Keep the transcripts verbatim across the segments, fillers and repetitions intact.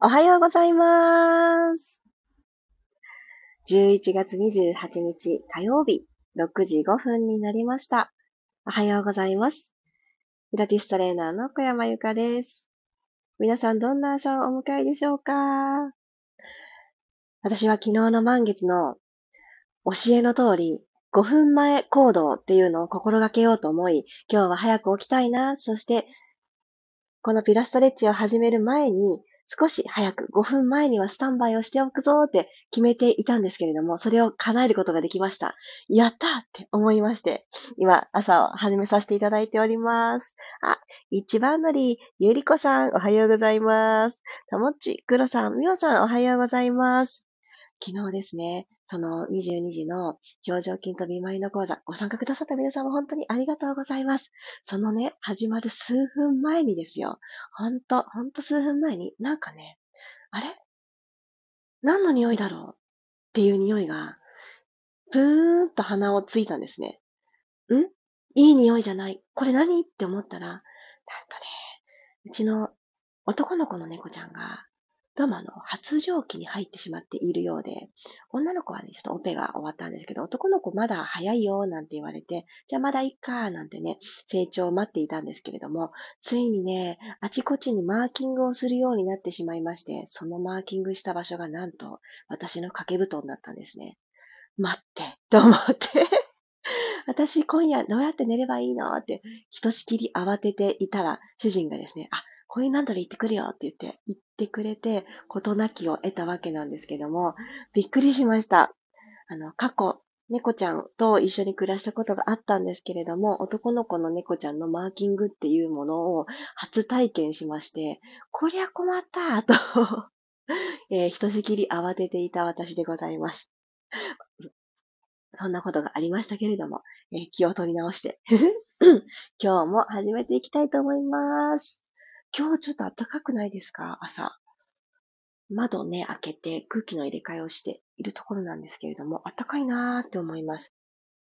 おはようございます。じゅういちがつにじゅうはちにち火曜日、ろくじごふんになりました。おはようございます。ピラティストレーナーの小山由かです。皆さんどんな朝をお迎えでしょうか？私は昨日の満月の教えの通り、ごふんまえ行動っていうのを心がけようと思い、今日は早く起きたいな、そしてこのピラストレッチを始める前に、少し早くごふんまえにはスタンバイをしておくぞって決めていたんですけれども、それを叶えることができました。やったーって思いまして、今朝を始めさせていただいております。あ、一番乗り、ゆりこさんおはようございます。たもっち、くろさん、みおさんおはようございます。昨日ですね、そのにじゅうにじの表情筋とビマインド講座、ご参加くださった皆さんも本当にありがとうございます。そのね、始まる数分前にですよ。ほんと、ほんと数分前に、なんかね、あれ何の匂いだろうっていう匂いが、ぷーんと鼻をついたんですね。んいい匂いじゃない。これ何って思ったら、なんとね、うちの男の子の猫ちゃんが、どうもあの、発情期に入ってしまっているようで、女の子はね、ちょっとオペが終わったんですけど、男の子まだ早いよ、なんて言われて、じゃあまだいっか、なんてね、成長を待っていたんですけれども、ついにね、あちこちにマーキングをするようになってしまいまして、そのマーキングした場所がなんと、私の掛け布団だったんですね。待って、と思って私今夜どうやって寝ればいいのって、ひとしきり慌てていたら、主人がですね、あ、コインランドリー行ってくるよって言って、言ってくれて、事なきを得たわけなんですけども、びっくりしました。あの、過去、猫ちゃんと一緒に暮らしたことがあったんですけれども、男の子の猫ちゃんのマーキングっていうものを初体験しまして、こりゃ困ったとえーひとしきり慌てていた私でございます。そんなことがありましたけれども、えー気を取り直して今日も始めていきたいと思います。今日ちょっと暖かくないですか？朝。窓をね、開けて空気の入れ替えをしているところなんですけれども、暖かいなーって思います。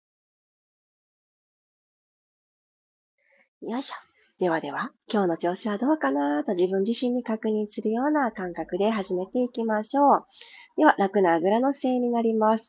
よいしょ。ではでは、今日の調子はどうかなと自分自身に確認するような感覚で始めていきましょう。では、楽なあぐらの姿勢になります。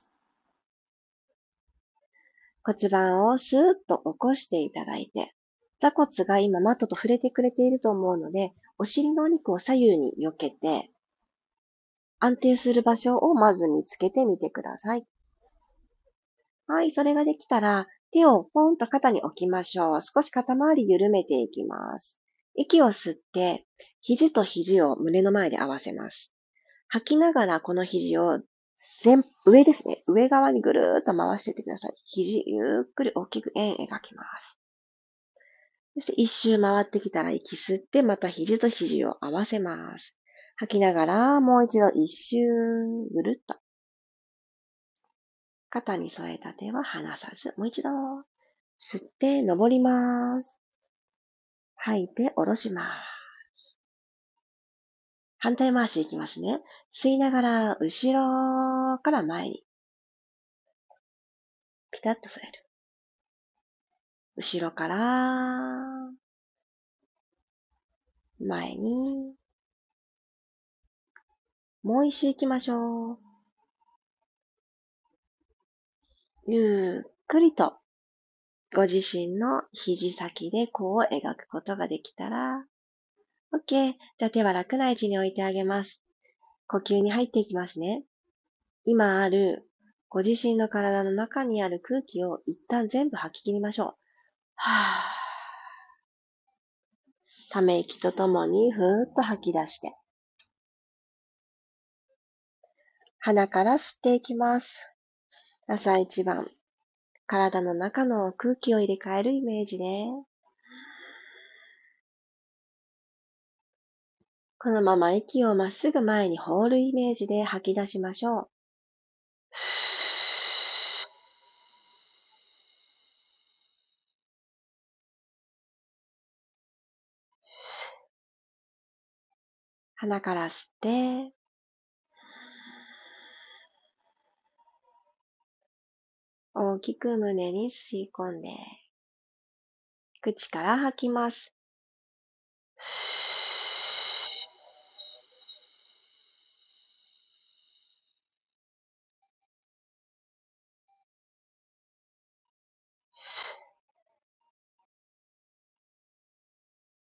骨盤をスーッと起こしていただいて、座骨が今マットと触れてくれていると思うので、お尻のお肉を左右に避けて、安定する場所をまず見つけてみてください。はい、それができたら、手をポンと肩に置きましょう。少し肩周り緩めていきます。息を吸って、肘と肘を胸の前で合わせます。吐きながらこの肘を全、上ですね。上側にぐるーっと回していってください。肘、ゆっくり大きく円描きます。そして一周回ってきたら息吸って、また肘と肘を合わせます。吐きながら、もう一度一周ぐるっと。肩に添えた手は離さず、もう一度。吸って、登ります。吐いて、下ろします。反対回しいきますね。吸いながら、後ろから前に。ピタッと添える。後ろから、前に。もう一周行きましょう。ゆっくりと、ご自身の肘先で弧を描くことができたら、OK。じゃあ手は楽な位置に置いてあげます。呼吸に入っていきますね。今ある、ご自身の体の中にある空気を一旦全部吐き切りましょう。はぁ。ため息とともにふーっと吐き出して。鼻から吸っていきます。朝一番、体の中の空気を入れ替えるイメージで、このまま息をまっすぐ前に放るイメージで吐き出しましょう。鼻から吸って、大きく胸に吸い込んで、口から吐きます。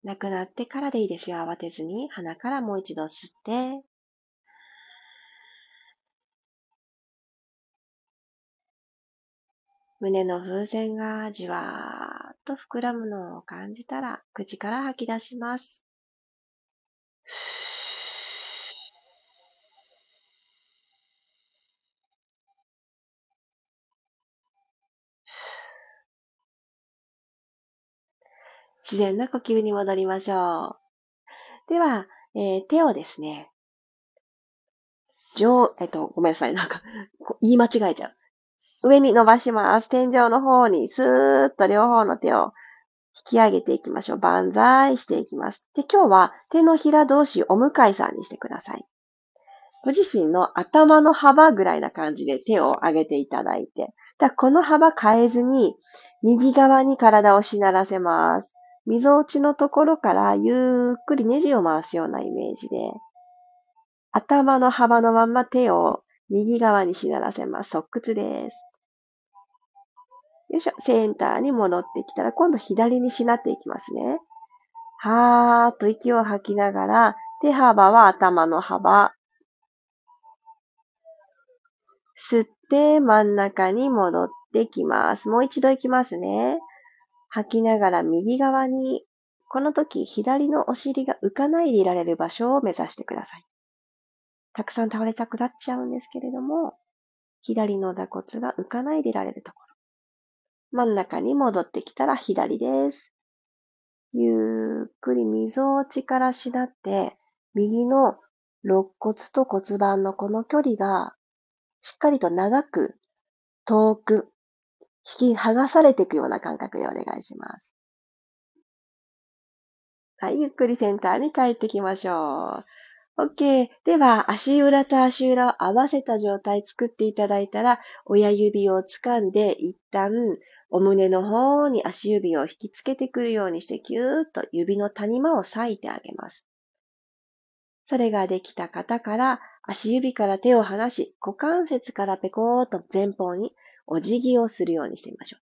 なくなってからでいいですよ。慌てずに。鼻からもう一度吸って、胸の風船がじわーっと膨らむのを感じたら、口から吐き出します。自然な呼吸に戻りましょう。では、えー手をですね、上、えっと、ごめんなさい。なんか、言い間違えちゃう。上に伸ばします。天井の方にスーッと両方の手を引き上げていきましょう。万歳していきます。で、今日は手のひら同士お向かいさんにしてください。ご自身の頭の幅ぐらいな感じで手を上げていただいて、だこの幅変えずに右側に体をしならせます。溝落ちのところからゆっくりネジを回すようなイメージで、頭の幅のまま手を右側にしならせます。側屈です。よいしょ。センターに戻ってきたら、今度左にしなっていきますね。はーっと息を吐きながら、手幅は頭の幅。吸って真ん中に戻ってきます。もう一度行きますね。吐きながら右側に、この時左のお尻が浮かないでいられる場所を目指してください。たくさん倒れたくなっちゃうんですけれども、左の座骨が浮かないでいられるところ。真ん中に戻ってきたら左です。ゆっくり溝落ちからしなって、右の肋骨と骨盤のこの距離がしっかりと長く遠く引き剥がされていくような感覚でお願いします。はい、ゆっくりセンターに帰ってきましょう。OK。では、足裏と足裏を合わせた状態作っていただいたら、親指を掴んで、一旦、お胸の方に足指を引きつけてくるようにして、ぎゅーっと指の谷間を裂いてあげます。それができた方から、足指から手を離し、股関節からペコーっと前方にお辞儀をするようにしてみましょう。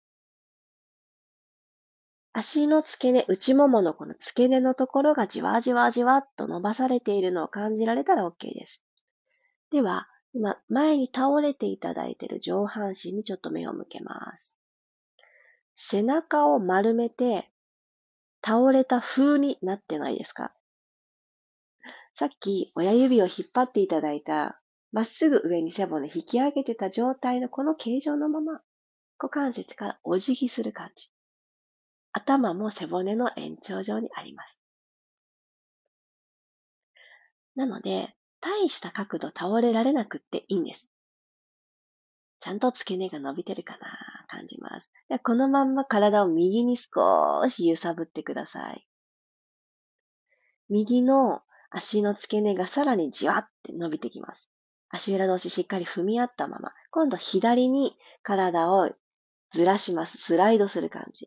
足の付け根、内もものこの付け根のところがじわじわじわっと伸ばされているのを感じられたら OK です。では、今、前に倒れていただいている上半身にちょっと目を向けます。背中を丸めて、倒れた風になってないですか？さっき親指を引っ張っていただいた、まっすぐ上に背骨引き上げてた状態のこの形状のまま、股関節からお辞儀する感じ。頭も背骨の延長上にあります。なので、大した角度倒れられなくっていいんです。ちゃんと付け根が伸びてるかな感じます。でこのまんま体を右に少し揺さぶってください。右の足の付け根がさらにじわって伸びてきます。足裏同士しっかり踏み合ったまま、今度左に体をずらします。スライドする感じ。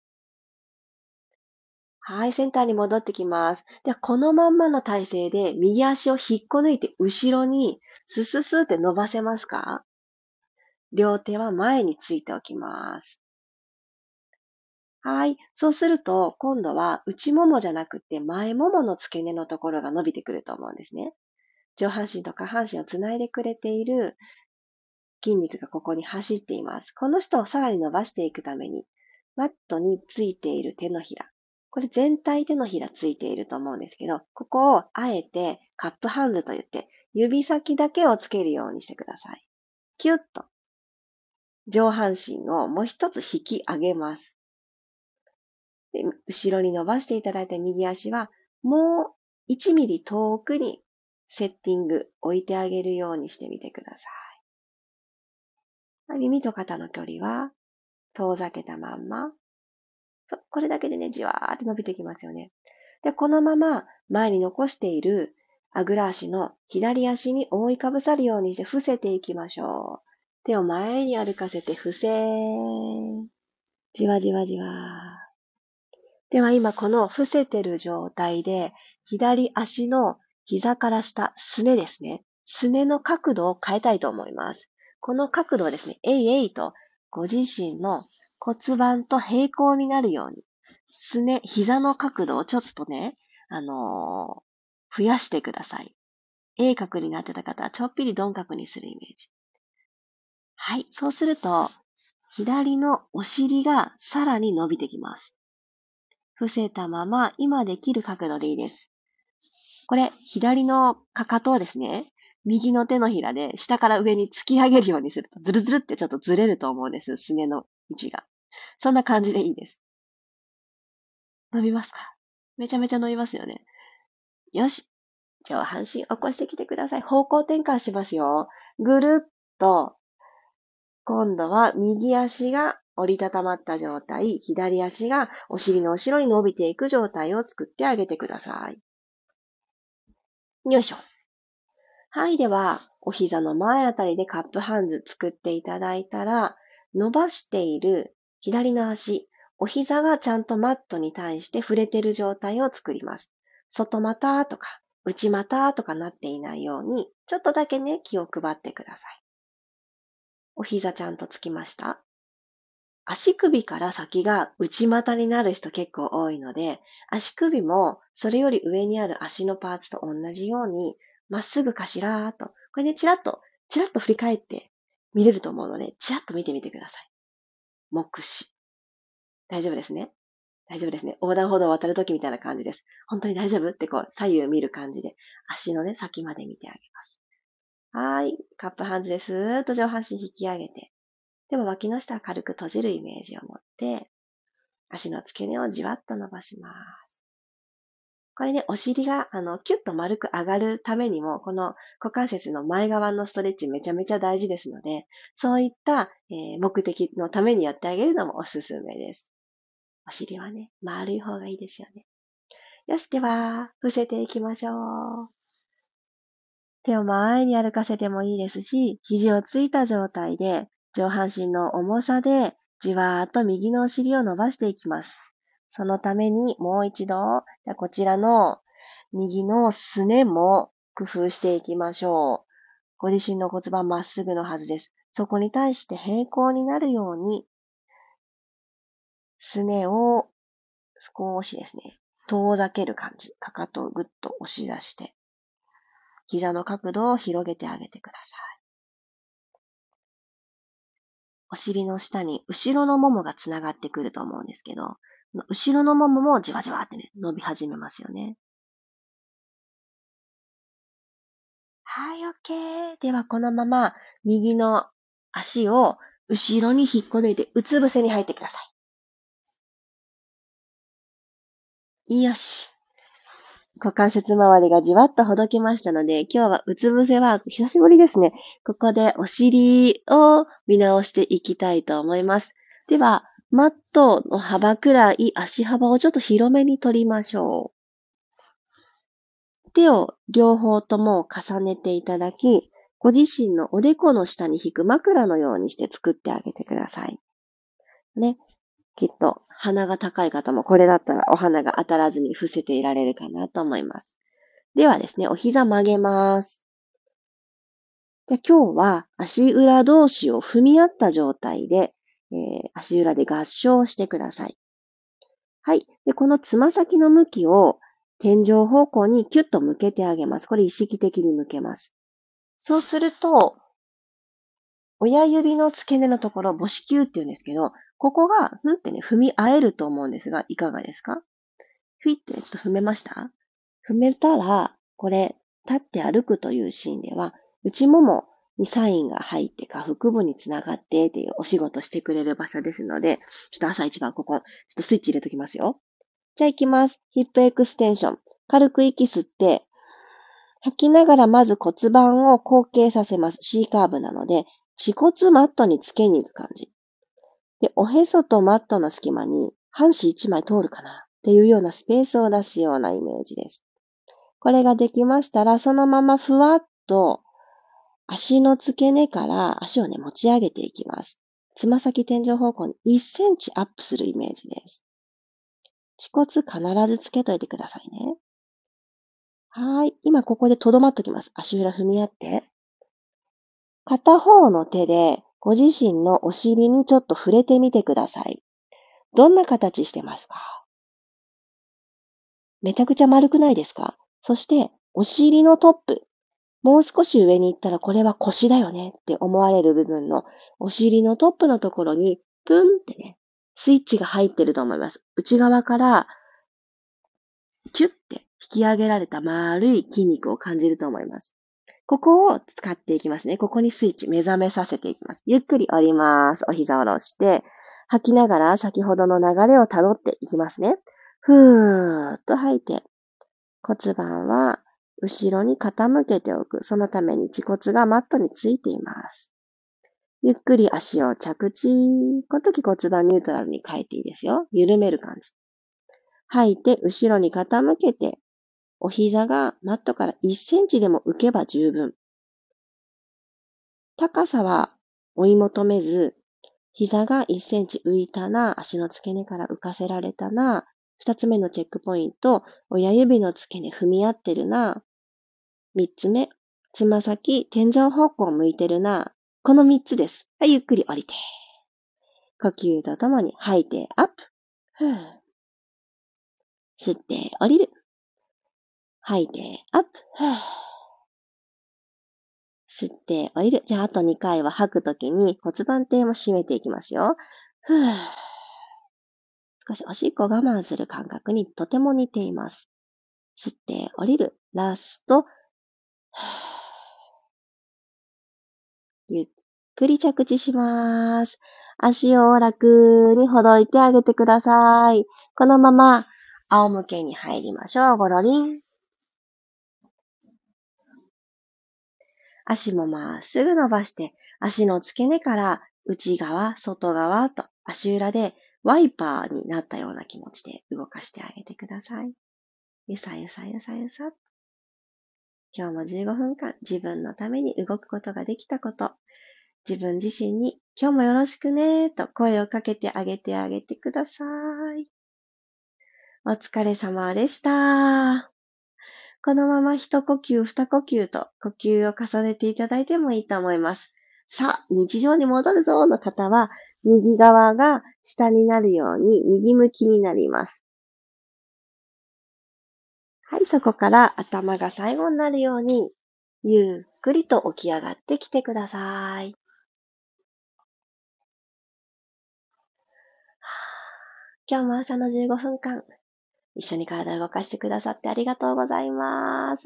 はい、センターに戻ってきます。では、このまんまの体勢で右足を引っこ抜いて後ろにスススって伸ばせますか？両手は前についておきます。はい。そうすると、今度は内ももじゃなくて前ももの付け根のところが伸びてくると思うんですね。上半身と下半身をつないでくれている筋肉がここに走っています。この人をさらに伸ばしていくために、マットについている手のひら。これ全体手のひらついていると思うんですけど、ここをあえてカップハンズと言って、指先だけをつけるようにしてください。キュッと上半身をもう一つ引き上げます。で後ろに伸ばしていただいた右足は、もういちミリ遠くにセッティング、置いてあげるようにしてみてください。耳と肩の距離は遠ざけたまんま。これだけでね、じわーって伸びてきますよね。で、このまま前に残しているあぐら足の左足に覆いかぶさるようにして伏せていきましょう。手を前に歩かせて伏せー。じわじわじわー。では今この伏せてる状態で、左足の膝から下、すねですね。すねの角度を変えたいと思います。この角度をですね、えいえいとご自身の骨盤と平行になるように、 すね、膝の角度をちょっとね、あのー増やしてください。鋭角になってた方はちょっぴり鈍角にするイメージ。はい。そうすると、左のお尻がさらに伸びてきます。伏せたまま、今できる角度でいいです。これ、左のかかとはですね、右の手のひらで下から上に突き上げるようにすると、ズルズルってちょっとずれると思うんです。すねの位置が。そんな感じでいいです。伸びますか？めちゃめちゃ伸びますよね。よし。上半身起こしてきてください。方向転換しますよ。ぐるっと、今度は右足が折りたたまった状態、左足がお尻の後ろに伸びていく状態を作ってあげてください。よいしょ。はい。では、お膝の前あたりでカップハンズ作っていただいたら、伸ばしている左の足、お膝がちゃんとマットに対して触れている状態を作ります。外股とか内股とかなっていないように、ちょっとだけね、気を配ってください。お膝ちゃんとつきました？足首から先が内股になる人結構多いので、足首もそれより上にある足のパーツと同じように、まっすぐかしらーと。これね、チラッと、チラッと振り返って見れると思うので、チラッと見てみてください。目視。大丈夫ですね。大丈夫ですね。横断歩道を渡るときみたいな感じです。本当に大丈夫ってこう、左右見る感じで、足のね、先まで見てあげます。はーい。カップハンズでスーッと上半身引き上げて、でも脇の下は軽く閉じるイメージを持って、足の付け根をじわっと伸ばします。これね、お尻が、あの、キュッと丸く上がるためにも、この股関節の前側のストレッチめちゃめちゃ大事ですので、そういった、えー目的のためにやってあげるのもおすすめです。お尻はね、丸い方がいいですよね。よし、では、伏せていきましょう。手を前に歩かせてもいいですし、肘をついた状態で、上半身の重さで、じわーっと右のお尻を伸ばしていきます。そのために、もう一度、こちらの右のすねも工夫していきましょう。ご自身の骨盤まっすぐのはずです。そこに対して平行になるように、すねを少しですね、遠ざける感じ。かかとをぐっと押し出して、膝の角度を広げてあげてください。お尻の下に後ろのももがつながってくると思うんですけど、後ろのもももじわじわってね、伸び始めますよね。はい、OK。では、このまま右の足を後ろに引っこ抜いて、うつ伏せに入ってください。よし。股関節周りがじわっとほどけましたので、今日はうつ伏せワーク、久しぶりですね。ここでお尻を見直していきたいと思います。では、マットの幅くらい足幅をちょっと広めに取りましょう。手を両方とも重ねていただき、ご自身のおでこの下に引く枕のようにして作ってあげてください。ね。きっと鼻が高い方もこれだったらお鼻が当たらずに伏せていられるかなと思います。ではですね、お膝曲げます。じゃあ今日は足裏同士を踏み合った状態で、えー、足裏で合掌してください。はい。で、このつま先の向きを天井方向にキュッと向けてあげます。これ意識的に向けます。そうすると、親指の付け根のところ、母子球って言うんですけど、ここが、ふんってね、踏み合えると思うんですが、いかがですか？ふいってちょっと踏めました？踏めたら、これ、立って歩くというシーンでは、内ももにサインが入ってか、腹部につながってっていうお仕事してくれる場所ですので、ちょっと朝一番ここ、ちょっとスイッチ入れときますよ。じゃあ行きます。ヒップエクステンション。軽く息吸って、吐きながらまず骨盤を後傾させます。C カーブなので、恥骨マットにつけに行く感じ。で、おへそとマットの隙間に半紙一枚通るかなっていうようなスペースを出すようなイメージです。これができましたら、そのままふわっと足の付け根から足をね、持ち上げていきます。つま先天井方向にいっセンチアップするイメージです。恥骨必ずつけといてくださいね。はい。今ここでとどまっときます。足裏踏み合って。片方の手でご自身のお尻にちょっと触れてみてください。どんな形してますか？ めちゃくちゃ丸くないですか？そして、お尻のトップ。もう少し上に行ったらこれは腰だよねって思われる部分のお尻のトップのところにプンってね、スイッチが入ってると思います。内側からキュッて引き上げられた丸い筋肉を感じると思います。ここを使っていきますね。ここにスイッチ目覚めさせていきます。ゆっくり降ります。お膝を下ろして、吐きながら先ほどの流れをたどっていきますね。ふーっと吐いて、骨盤は後ろに傾けておく。そのために恥骨がマットについています。ゆっくり足を着地。この時骨盤ニュートラルに変えていいですよ。緩める感じ。吐いて後ろに傾けて、お膝がマットからいっセンチでも浮けば十分。高さは追い求めず、膝がいっセンチ浮いたな、足の付け根から浮かせられたな、二つ目のチェックポイント、親指の付け根踏み合ってるな、三つ目、つま先、天井方向向いてるな、この三つです。はい、ゆっくり降りて。呼吸とともに吐いてアップ。ふー吸って降りる。吐いてアップ。ふー吸って降りる。じゃあ、あとにかいは吐くときに骨盤底も締めていきますよ。ふー少しおしっこ我慢する感覚にとても似ています。吸って降りる。ラスト。ゆっくり着地します。足を楽にほどいてあげてください。このまま仰向けに入りましょう。ごろりん。足もまっすぐ伸ばして、足の付け根から内側、外側と足裏でワイパーになったような気持ちで動かしてあげてください。ゆさゆさゆさゆさ。今日もじゅうごふんかん自分のために動くことができたこと、自分自身に今日もよろしくねと声をかけてあげてあげてください。お疲れ様でした。このまま一呼吸二呼吸と呼吸を重ねていただいてもいいと思います。さあ、日常に戻るぞの方は、右側が下になるように右向きになります。はい、そこから頭が最後になるように、ゆっくりと起き上がってきてください。今日も朝のじゅうごふんかん、一緒に体を動かしてくださってありがとうございます。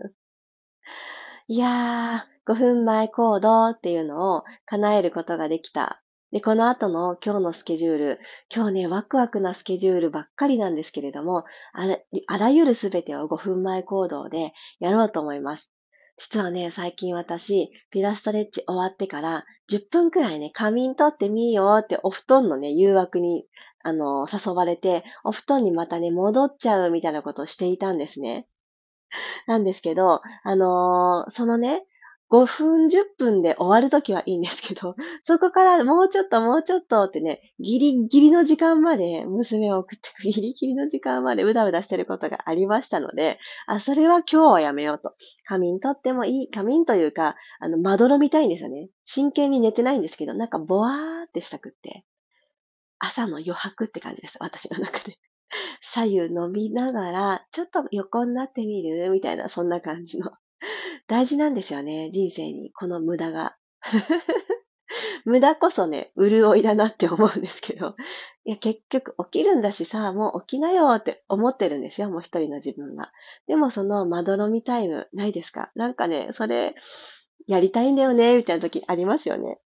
いやー、ごふんまえ行動っていうのを叶えることができた。で、この後の今日のスケジュール、今日ね、ワクワクなスケジュールばっかりなんですけれども、あらあらゆるすべてをごふんまえ行動でやろうと思います。実はね、最近私、ピラストレッチ終わってからじゅっぷんくらいね、仮眠取ってみようってお布団のね、誘惑に、あの、誘われて、お布団にまたね、戻っちゃうみたいなことをしていたんですね。なんですけど、あの、そのね、ごふん、じゅっぷんで終わるときはいいんですけど、そこからもうちょっともうちょっとってね、ギリギリの時間まで娘を送ってギリギリの時間までうだうだしてることがありましたので、あ、それは今日はやめようと。仮眠とってもいい、仮眠というか、あの、まどろみたいんですよね。真剣に寝てないんですけど、なんかぼわーってしたくって。朝の余白って感じです、私の中で。左右伸びながら、ちょっと横になってみるみたいな、そんな感じの。大事なんですよね、人生に、この無駄が。無駄こそね、潤いだなって思うんですけど。いや、結局起きるんだしさ、もう起きなよって思ってるんですよ、もう一人の自分は。でもそのまどろみタイムないですか？なんかね、それ、やりたいんだよね、みたいな時ありますよね。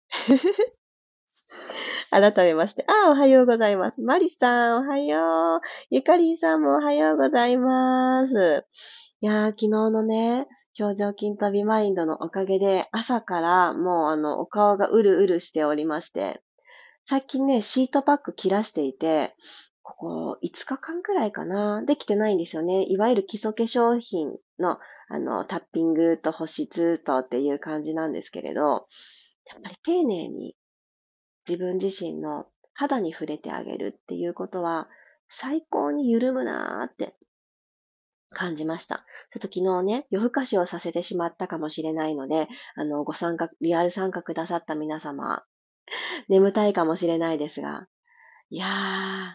改めまして、あ、おはようございます。マリさん、おはよう。ゆかりんさんもおはようございます。いやー、昨日のね、表情筋飛びマインドのおかげで、朝からもうあの、お顔がうるうるしておりまして、最近ね、シートパック切らしていて、ここいつかかんくらいかな、できてないんですよね。いわゆる基礎化粧品の、あの、タッピングと保湿とっていう感じなんですけれど、やっぱり丁寧に自分自身の肌に触れてあげるっていうことは、最高に緩むなーって感じました。ちょっと昨日ね、夜更かしをさせてしまったかもしれないので、あの、ご参加、リアル参加くださった皆様、眠たいかもしれないですが、いやー、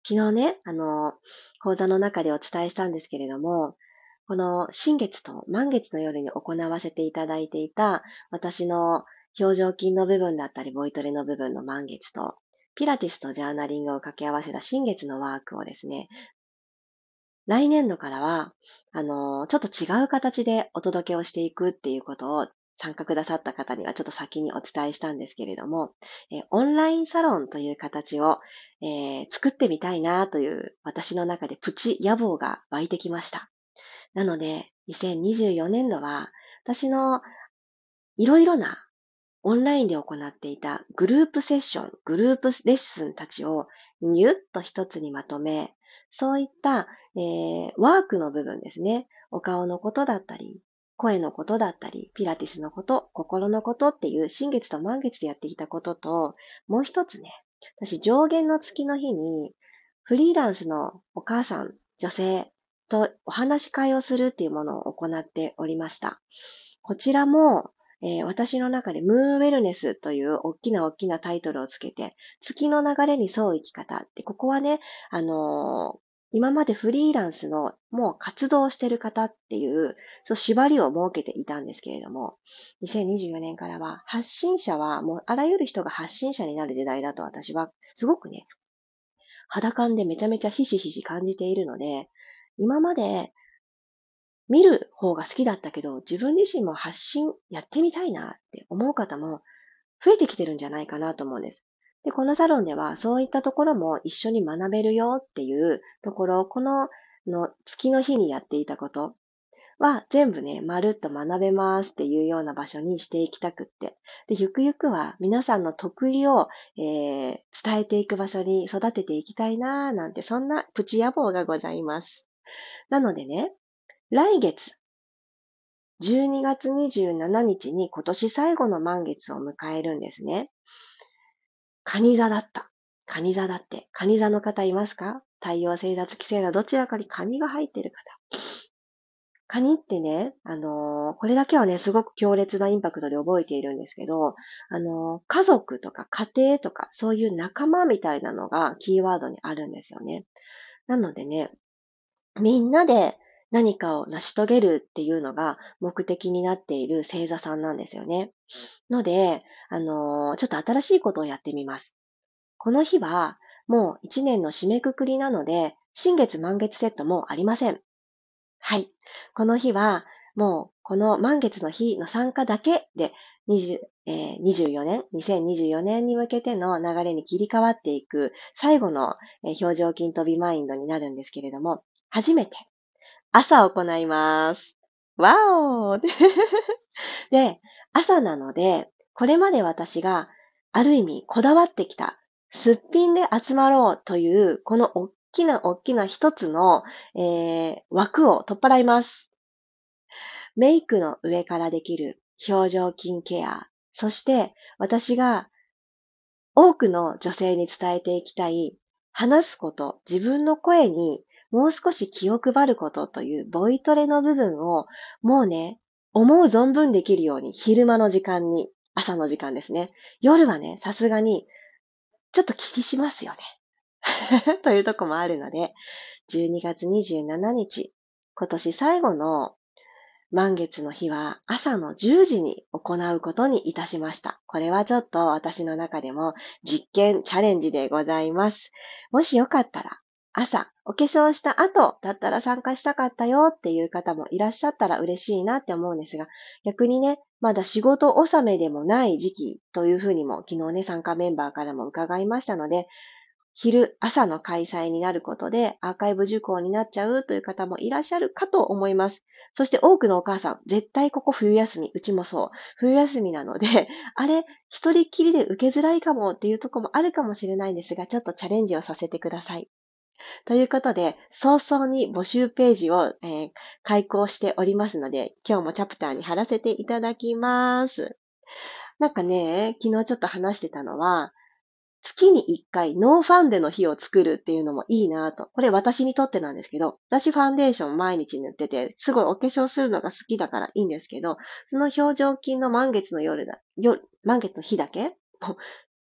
昨日ね、あの、講座の中でお伝えしたんですけれども、この新月と満月の夜に行わせていただいていた私の表情筋の部分だったり、ボイトレの部分の満月と、ピラティスとジャーナリングを掛け合わせた新月のワークをですね、来年度からは、あの、ちょっと違う形でお届けをしていくっていうことを参加くださった方にはちょっと先にお伝えしたんですけれども、えーオンラインサロンという形を、えー作ってみたいなという私の中でプチ野望が湧いてきました。なので、にせんにじゅうよねん度は私のいろいろなオンラインで行っていたグループセッション、グループレッスンたちをぎゅっと一つにまとめ、そういった、えーワークの部分ですね。お顔のことだったり、声のことだったり、ピラティスのこと、心のことっていう新月と満月でやってきたことと、もう一つね、私上限の月の日にフリーランスのお母さん、女性とお話し会をするっていうものを行っておりました。こちらもえー私の中でムーンウェルネスという大きな大きなタイトルをつけて、月の流れに沿う生き方って、ここはね、あのー今までフリーランスのもう活動してる方っていう、そう縛りを設けていたんですけれども、にせんにじゅうよねんからは発信者はもうあらゆる人が発信者になる時代だと私はすごくね、肌感でめちゃめちゃひしひし感じているので、今まで見る方が好きだったけど、自分自身も発信やってみたいなって思う方も増えてきてるんじゃないかなと思うんです。で、このサロンではそういったところも一緒に学べるよっていうところ、このの月の日にやっていたことは全部ね、まるっと学べますっていうような場所にしていきたくって。で、ゆくゆくは皆さんの得意を、えー伝えていく場所に育てていきたいなーなんて、そんなプチ野望がございます。なのでね、来月、じゅうにがつにじゅうしちにちに今年最後の満月を迎えるんですね。蟹座だった。蟹座だって。蟹座の方いますか？太陽星座、月星座、どちらかに蟹が入っている方。蟹ってね、あのーこれだけはね、すごく強烈なインパクトで覚えているんですけど、あのー家族とか家庭とか、そういう仲間みたいなのがキーワードにあるんですよね。なのでね、みんなで何かを成し遂げるっていうのが目的になっている星座さんなんですよね。ので、あのーちょっと新しいことをやってみます。この日は、もう一年の締めくくりなので、新月満月セットもありません。はい。この日は、もうこの満月の日の参加だけで、20えーにじゅうよねん、にせんにじゅうよねんに向けての流れに切り替わっていく最後のえー表情筋飛びマインドになるんですけれども、初めて朝行います。わおーで、朝なので、これまで私がある意味こだわってきた、すっぴんで集まろうという、この大きな大きな一つの、えー枠を取っ払います。メイクの上からできる表情筋ケア、そして私が多くの女性に伝えていきたい、話すこと、自分の声にもう少し気を配ることというボイトレの部分をもうね、思う存分できるように昼間の時間に、朝の時間ですね。夜はね、さすがにちょっと気にしますよね。というとこもあるので、じゅうにがつにじゅうしちにち、今年最後の満月の日は朝のじゅうじに行うことにいたしました。これはちょっと私の中でも実験、チャレンジでございます。もしよかったら、朝、お化粧した後だったら参加したかったよっていう方もいらっしゃったら嬉しいなって思うんですが、逆にね、まだ仕事納めでもない時期というふうにも昨日ね、参加メンバーからも伺いましたので、昼、朝の開催になることでアーカイブ受講になっちゃうという方もいらっしゃるかと思います。そして多くのお母さん、絶対ここ冬休み、うちもそう、冬休みなので、あれ、一人っきりで受けづらいかもっていうところもあるかもしれないんですが、ちょっとチャレンジをさせてください。ということで、早々に募集ページを、えー開講しておりますので、今日もチャプターに貼らせていただきます。なんかね、昨日ちょっと話してたのは、月にいっかいノーファンデの日を作るっていうのもいいなと。これ私にとってなんですけど、私ファンデーション毎日塗ってて、すごいお化粧するのが好きだからいいんですけど、その表情筋の満月の夜だ、夜、満月の日だけ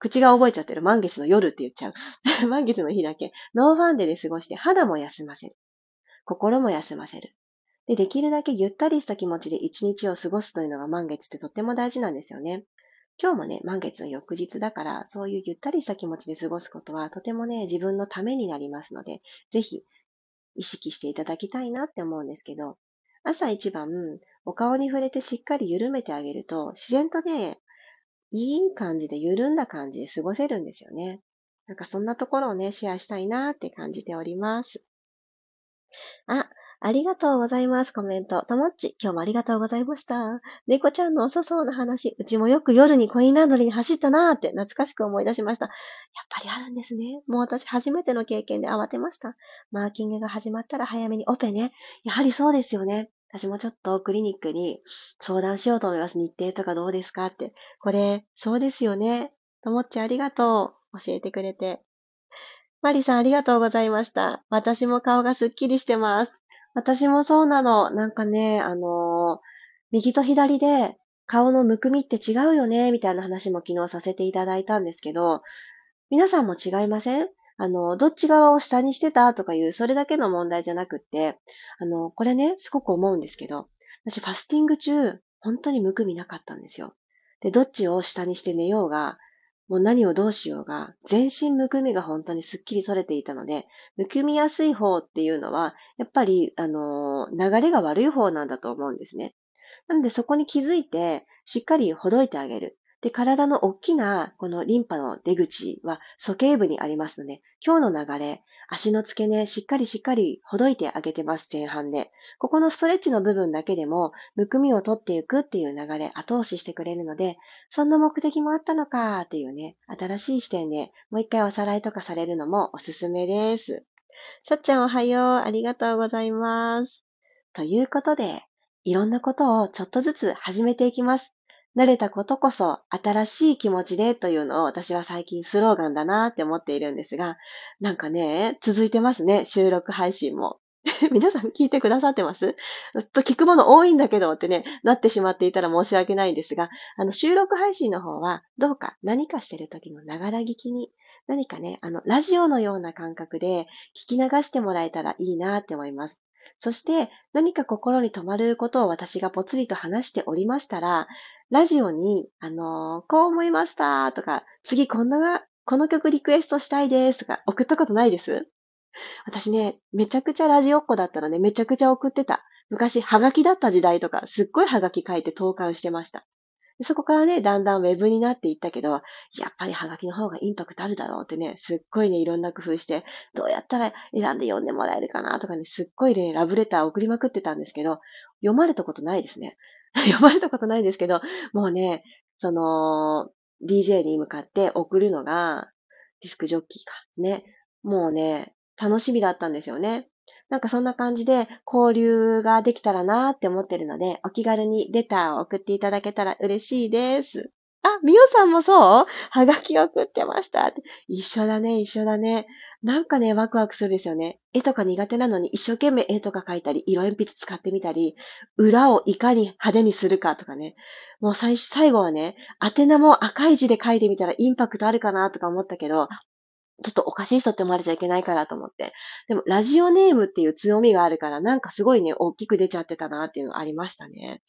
口が覚えちゃってる。満月の夜って言っちゃう。満月の日だけ。ノーファンデで過ごして肌も休ませる。心も休ませる。で、できるだけゆったりした気持ちで一日を過ごすというのが満月ってとっても大事なんですよね。今日もね、満月の翌日だから、そういうゆったりした気持ちで過ごすことはとてもね、自分のためになりますので、ぜひ意識していただきたいなって思うんですけど、朝一番お顔に触れてしっかり緩めてあげると、自然とね、いい感じで緩んだ感じで過ごせるんですよね。なんかそんなところをね、シェアしたいなって感じております。あ、ありがとうございます。コメント。ともっち、今日もありがとうございました。猫ちゃんの遅そうな話、うちもよく夜にコインランドリーに走ったなーって懐かしく思い出しました。やっぱりあるんですね。もう私初めての経験で慌てました。マーキングが始まったら早めにオペね。やはりそうですよね。私もちょっとクリニックに相談しようと思います。日程とかどうですかって。これ、そうですよね。ともっちありがとう。教えてくれて。マリさんありがとうございました。私も顔がすっきりしてます。私もそうなの。なんかね、あのー右と左で顔のむくみって違うよね、みたいな話も昨日させていただいたんですけど、皆さんも違いません？あの、どっち側を下にしてたとかいう、それだけの問題じゃなくって、あの、これね、すごく思うんですけど、私ファスティング中、本当にむくみなかったんですよ。で、どっちを下にして寝ようが、もう何をどうしようが、全身むくみが本当にすっきり取れていたので、むくみやすい方っていうのは、やっぱり、あの、流れが悪い方なんだと思うんですね。なのでそこに気づいて、しっかりほどいてあげる。で、体の大きなこのリンパの出口は鼠径部にありますので、今日の流れ、足の付け根、しっかりしっかりほどいてあげてます、前半で。ここのストレッチの部分だけでも、むくみを取っていくっていう流れ、後押ししてくれるので、そんな目的もあったのかっていうね、新しい視点でもう一回おさらいとかされるのもおすすめです。さっちゃんおはよう。ありがとうございます。ということで、いろんなことをちょっとずつ始めていきます。慣れたことこそ新しい気持ちでというのを私は最近スローガンだなって思っているんですが、なんかね、続いてますね、収録配信も。皆さん聞いてくださってます？ちょっと聞くもの多いんだけどってね、なってしまっていたら申し訳ないんですが、あの収録配信の方はどうか何かしてる時のながら聞きに、何かね、あのラジオのような感覚で聞き流してもらえたらいいなって思います。そして何か心に留まることを私がぽつりと話しておりましたら、ラジオに、あのーこう思いましたとか、次こんな、この曲リクエストしたいですとか送ったことないです？私ね、めちゃくちゃラジオっ子だったので、めちゃくちゃ送ってた。昔、ハガキだった時代とか、すっごいハガキ書いて投函してました。でそこからね、だんだんウェブになっていったけど、やっぱりハガキの方がインパクトあるだろうってね、すっごいね、いろんな工夫して、どうやったら選んで読んでもらえるかなとかね、すっごいね、ラブレター送りまくってたんですけど、読まれたことないですね。読まれたことないんですけど、もうね、その、ディージェー に向かって送るのが、ディスクジョッキーか。ね。もうね、楽しみだったんですよね。なんかそんな感じで交流ができたらなーって思ってるので、お気軽にレターを送っていただけたら嬉しいです。あ、みおさんもそうはがき送ってましたって。一緒だね、一緒だね。なんかね、ワクワクするんですよね。絵とか苦手なのに一生懸命絵とか描いたり、色鉛筆使ってみたり、裏をいかに派手にするかとかね。もう最最後はね、宛名も赤い字で書いてみたらインパクトあるかなとか思ったけど、ちょっとおかしい人って思われちゃいけないからと思って。でも、ラジオネームっていう強みがあるから、なんかすごいね、大きく出ちゃってたなっていうのありましたね。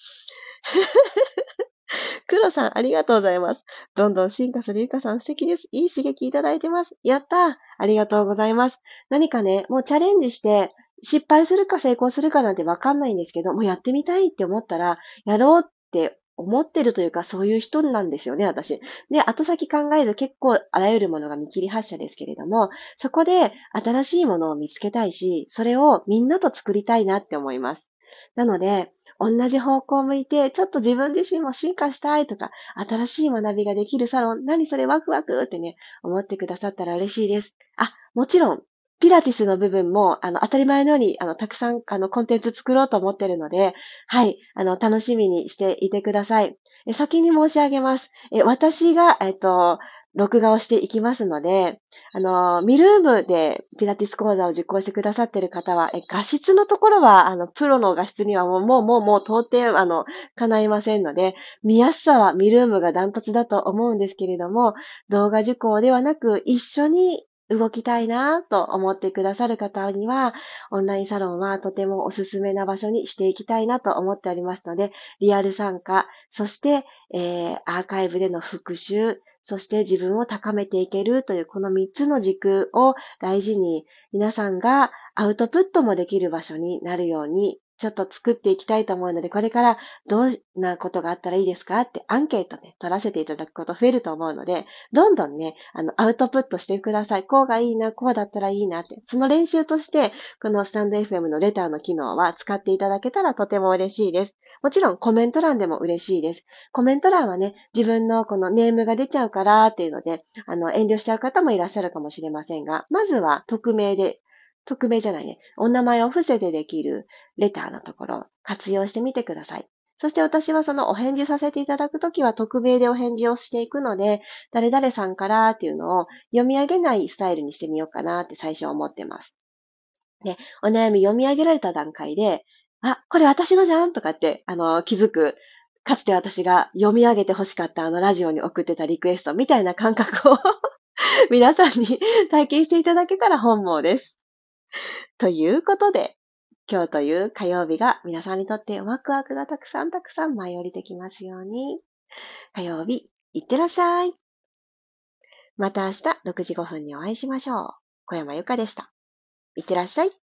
黒さん、ありがとうございます。どんどん進化するゆかさん素敵です。いい刺激いただいてます。やったー。ありがとうございます。何かね、もうチャレンジして、失敗するか成功するかなんてわかんないんですけど、もうやってみたいって思ったら、やろうって思ってるというか、そういう人なんですよね、私。で、後先考えず結構あらゆるものが見切り発車ですけれども、そこで新しいものを見つけたいし、それをみんなと作りたいなって思います。なので、同じ方向を向いて、ちょっと自分自身も進化したいとか、新しい学びができるサロン、何それワクワクってね、思ってくださったら嬉しいです。あ、もちろん、ピラティスの部分も、あの、当たり前のように、あの、たくさん、あの、コンテンツ作ろうと思ってるので、はい、あの、楽しみにしていてください。え先に申し上げます。え私が、えっと、 録画をしていきますので、あの、ミルームでピラティス講座を受講してくださっている方は、え、画質のところは、あの、プロの画質にはもう、もう、もう、もう到底、あの、叶いませんので、見やすさはミルームがダントツだと思うんですけれども、動画受講ではなく、一緒に動きたいなと思ってくださる方には、オンラインサロンはとてもおすすめな場所にしていきたいなと思っておりますので、リアル参加、そして、えー、アーカイブでの復習、そして自分を高めていけるというこのみっつの軸を大事に皆さんがアウトプットもできる場所になるようにちょっと作っていきたいと思うので、これからどんなことがあったらいいですかってアンケートね、取らせていただくこと増えると思うので、どんどんね、あの、アウトプットしてください。こうがいいな、こうだったらいいなって。その練習として、このスタンド エフエム のレターの機能は使っていただけたらとても嬉しいです。もちろんコメント欄でも嬉しいです。コメント欄はね、自分のこのネームが出ちゃうからっていうので、あの、遠慮しちゃう方もいらっしゃるかもしれませんが、まずは匿名で、匿名じゃないね、お名前を伏せてできるレターのところ、活用してみてください。そして私はそのお返事させていただくときは匿名でお返事をしていくので、誰々さんからっていうのを読み上げないスタイルにしてみようかなって最初思ってます。で、お悩み読み上げられた段階で、あ、これ私のじゃんとかって、あの、気づく。かつて私が読み上げて欲しかったあのラジオに送ってたリクエストみたいな感覚を皆さんに体験していただけたら本望です。ということで、今日という火曜日が皆さんにとってワクワクがたくさんたくさん舞い降りてきますように。火曜日、いってらっしゃい。また明日ろくじごふんにお会いしましょう。小山由かでした。いってらっしゃい。